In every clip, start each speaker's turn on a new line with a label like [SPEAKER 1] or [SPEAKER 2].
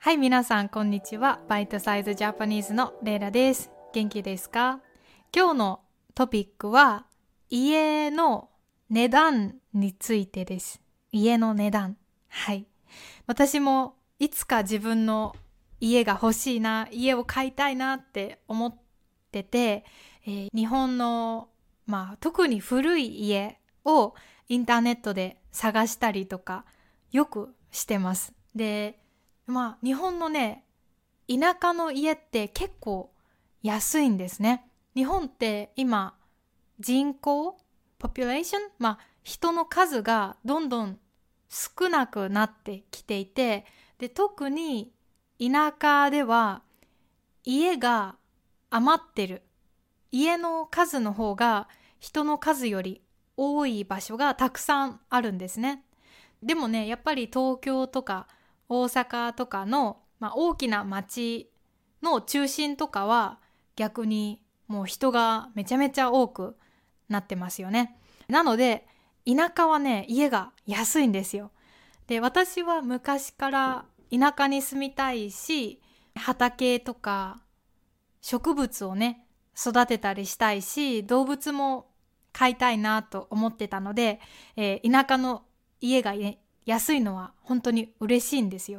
[SPEAKER 1] はい、皆さんこんにちは。バイトサイズジャパニーズのレイラです。元気ですか？今日のトピックは家の値段についてです。家の値段。はい。私もいつか自分の家が欲しいな、家を買いたいなって思ってて、日本の、特に古い家をインターネットで探したりとかよくしてます。で、日本のね、田舎の家って結構安いんですね。日本って今、人口、ポピュレーション、人の数がどんどん少なくなってきていて、で、特に田舎では家が余ってる。家の数の方が人の数より多い場所がたくさんあるんですね。でもね、やっぱり東京とか大阪とかの、大きな町の中心とかは逆にもう人がめちゃめちゃ多くなってますよね。なので田舎はね、家が安いんですよ。で、私は昔から田舎に住みたいし、畑とか植物をね、育てたりしたいし、動物も飼いたいなと思ってたので、田舎の家が安いのは本当に嬉しいんですよ。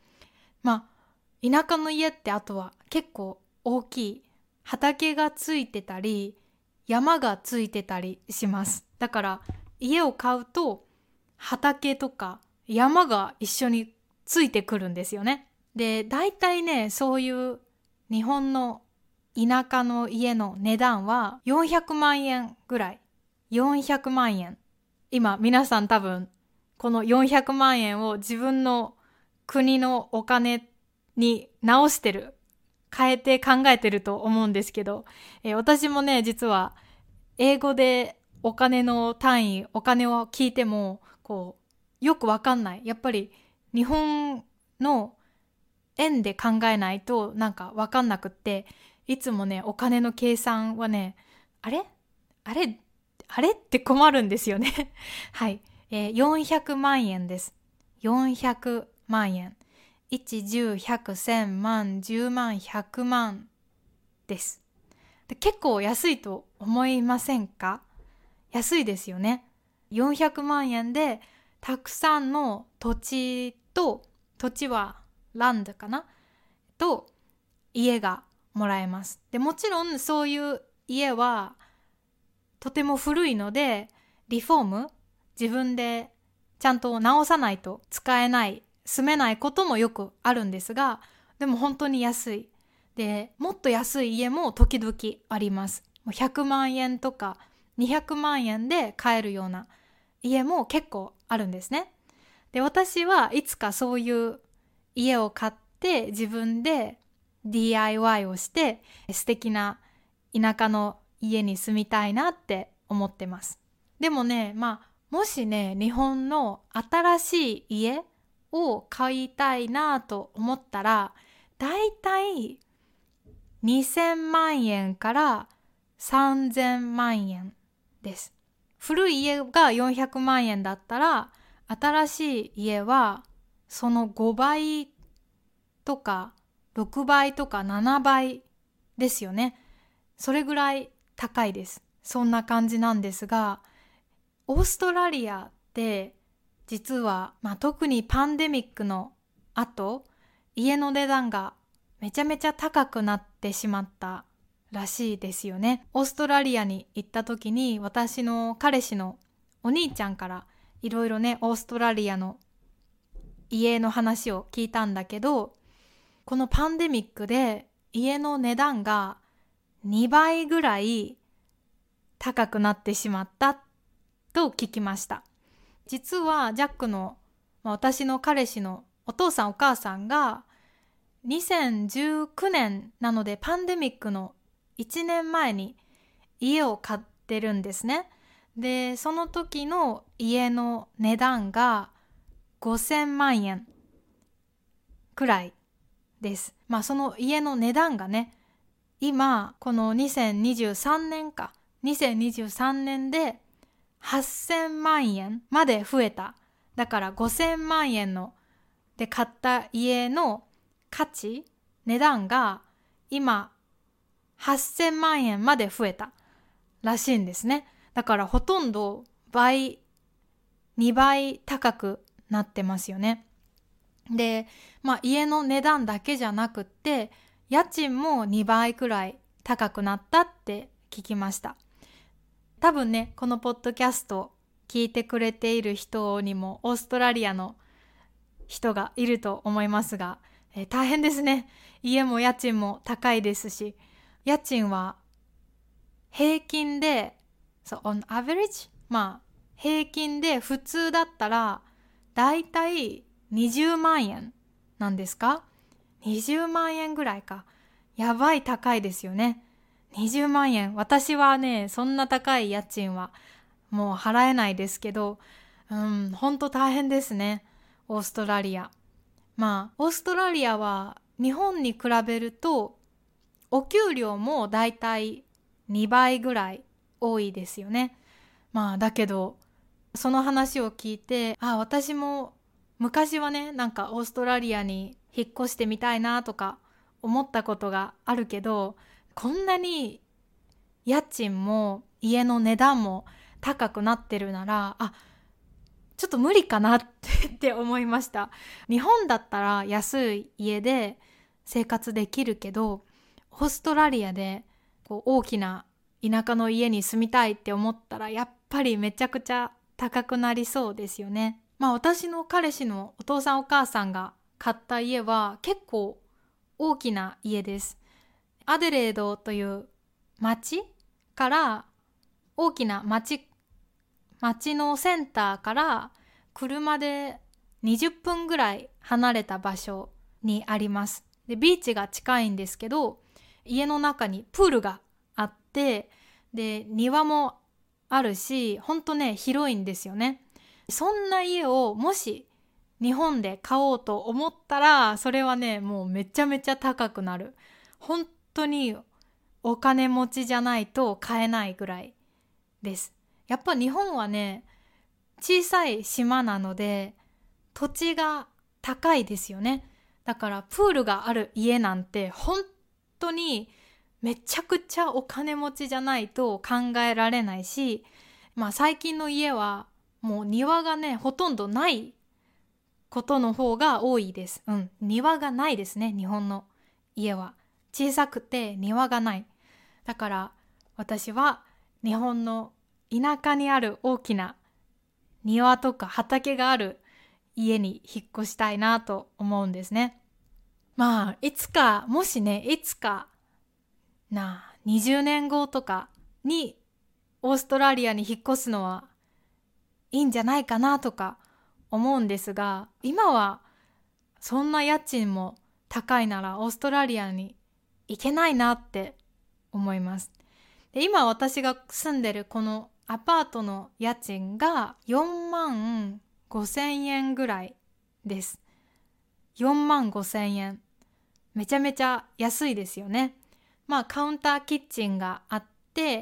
[SPEAKER 1] 田舎の家ってあとは結構大きい畑がついてたり山がついてたりします。だから家を買うと畑とか山が一緒についてくるんですよね。で、大体ね、そういう日本の田舎の家の値段は400万円ぐらい。400万円。今皆さん多分この400万円を自分の国のお金に直してる、変えて考えてると思うんですけど、私もね、実は英語でお金の単位、お金を聞いてもよくわかんない。やっぱり日本の円で考えないとなんかわかんなくって、いつもね、お金の計算はね、あれあれあれって困るんですよね。はい、400万円です。400万円。1、10、100、1000万、10万、100万です。で、結構安いと思いませんか？安いですよね。400万円でたくさんの土地と、土地はランドかなと家がもらえます。で、もちろんそういう家はとても古いので、リフォーム、自分でちゃんと直さないと使えない、住めないこともよくあるんですが、でも本当に安い。で、もっと安い家も時々あります。100万円とか200万円で買えるような家も結構あるんですね。で、私はいつかそういう家を買って自分で DIY をして素敵な田舎の家に住みたいなって思ってます。でもね、もしね、日本の新しい家を買いたいなと思ったら、だいたい2000万円から3000万円です。古い家が400万円だったら、新しい家はその5倍とか6倍とか7倍ですよね。それぐらい高いです。そんな感じなんですが、オーストラリアって実は、特にパンデミックの後、家の値段がめちゃめちゃ高くなってしまったらしいですよね。オーストラリアに行った時に私の彼氏のお兄ちゃんからいろいろね、オーストラリアの家の話を聞いたんだけど、このパンデミックで家の値段が2倍ぐらい高くなってしまったと聞きました。実はジャックの、私の彼氏のお父さんお母さんが2019年なのでパンデミックの1年前に家を買ってるんですね。で、その時の家の値段が5000万円くらいです。その家の値段がね、今この2023年か、2023年で8000万円まで増えた。だから5000万円ので買った家の値段が今8000万円まで増えたらしいんですね。だからほとんど2倍高くなってますよね。で、家の値段だけじゃなくって家賃も2倍くらい高くなったって聞きました。多分ね、このポッドキャスト聞いてくれている人にもオーストラリアの人がいると思いますが、大変ですね。家も家賃も高いですし、家賃は平均で、on average、平均で普通だったらだいたい20万円なんですか？ 20 万円ぐらいか。やばい高いですよね。20万円。私はね、そんな高い家賃はもう払えないですけど、ほんと大変ですね。オーストラリア。オーストラリアは日本に比べるとお給料もだいたい2倍ぐらい多いですよね。だけどその話を聞いて、私も昔はね、なんかオーストラリアに引っ越してみたいなとか思ったことがあるけど、こんなに家賃も家の値段も高くなってるなら、ちょっと無理かなって思いました。日本だったら安い家で生活できるけど、オーストラリアで大きな田舎の家に住みたいって思ったら、やっぱりめちゃくちゃ高くなりそうですよね。私の彼氏のお父さんお母さんが買った家は結構大きな家です。アデレードという町から大きな町のセンターから車で20分ぐらい離れた場所にあります。で、ビーチが近いんですけど、家の中にプールがあって、で、庭もあるし、ほんとね、広いんですよね。そんな家をもし日本で買おうと思ったら、それはね、もうめちゃめちゃ高くなる。本当にお金持ちじゃないと買えないぐらいです。やっぱ日本はね、小さい島なので土地が高いですよね。だからプールがある家なんて本当にめちゃくちゃお金持ちじゃないと考えられないし、最近の家はもう庭がね、ほとんどないことの方が多いです。庭がないですね、日本の家は。小さくて庭がない。だから私は日本の田舎にある大きな庭とか畑がある家に引っ越したいなと思うんですね。いつか20年後とかにオーストラリアに引っ越すのはいいんじゃないかなとか思うんですが、今はそんな家賃も高いならオーストラリアに行けないなって思います。で、今私が住んでるこのアパートの家賃が4万5千円ぐらいです。4万5千円。めちゃめちゃ安いですよね。カウンターキッチンがあって、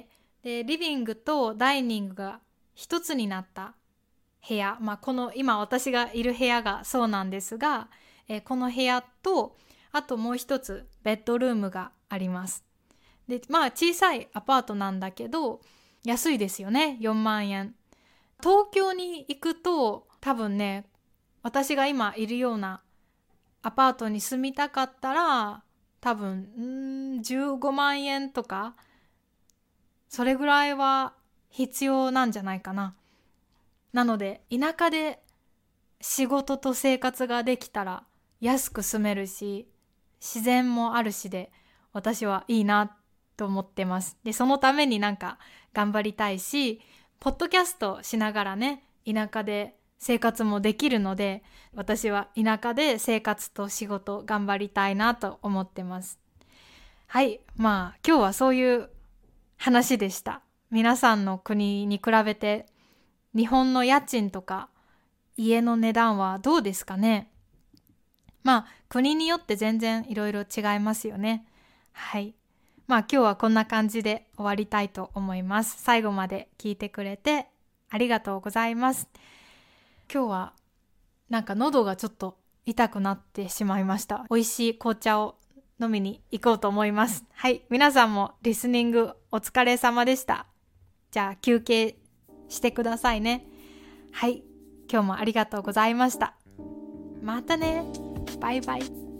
[SPEAKER 1] で、リビングとダイニングが一つになった部屋。この今私がいる部屋がそうなんですが、この部屋と、あともう一つベッドルームがあります。で、小さいアパートなんだけど、安いですよね、4万円。東京に行くと、多分ね、私が今いるようなアパートに住みたかったら、多分、15万円とか、それぐらいは必要なんじゃないかな。なので、田舎で仕事と生活ができたら安く住めるし、自然もあるしで、私はいいなと思ってます。で、そのために頑張りたいし、ポッドキャストしながらね、田舎で生活もできるので、私は田舎で生活と仕事頑張りたいなと思ってます。はい、今日はそういう話でした。皆さんの国に比べて日本の家賃とか家の値段はどうですかね。国によって全然いろいろ違いますよね。はい。今日はこんな感じで終わりたいと思います。最後まで聞いてくれてありがとうございます。今日は喉がちょっと痛くなってしまいました。美味しい紅茶を飲みに行こうと思います。はい、皆さんもリスニングお疲れ様でした。じゃあ休憩してくださいね。はい、今日もありがとうございました。またね。バイバイ。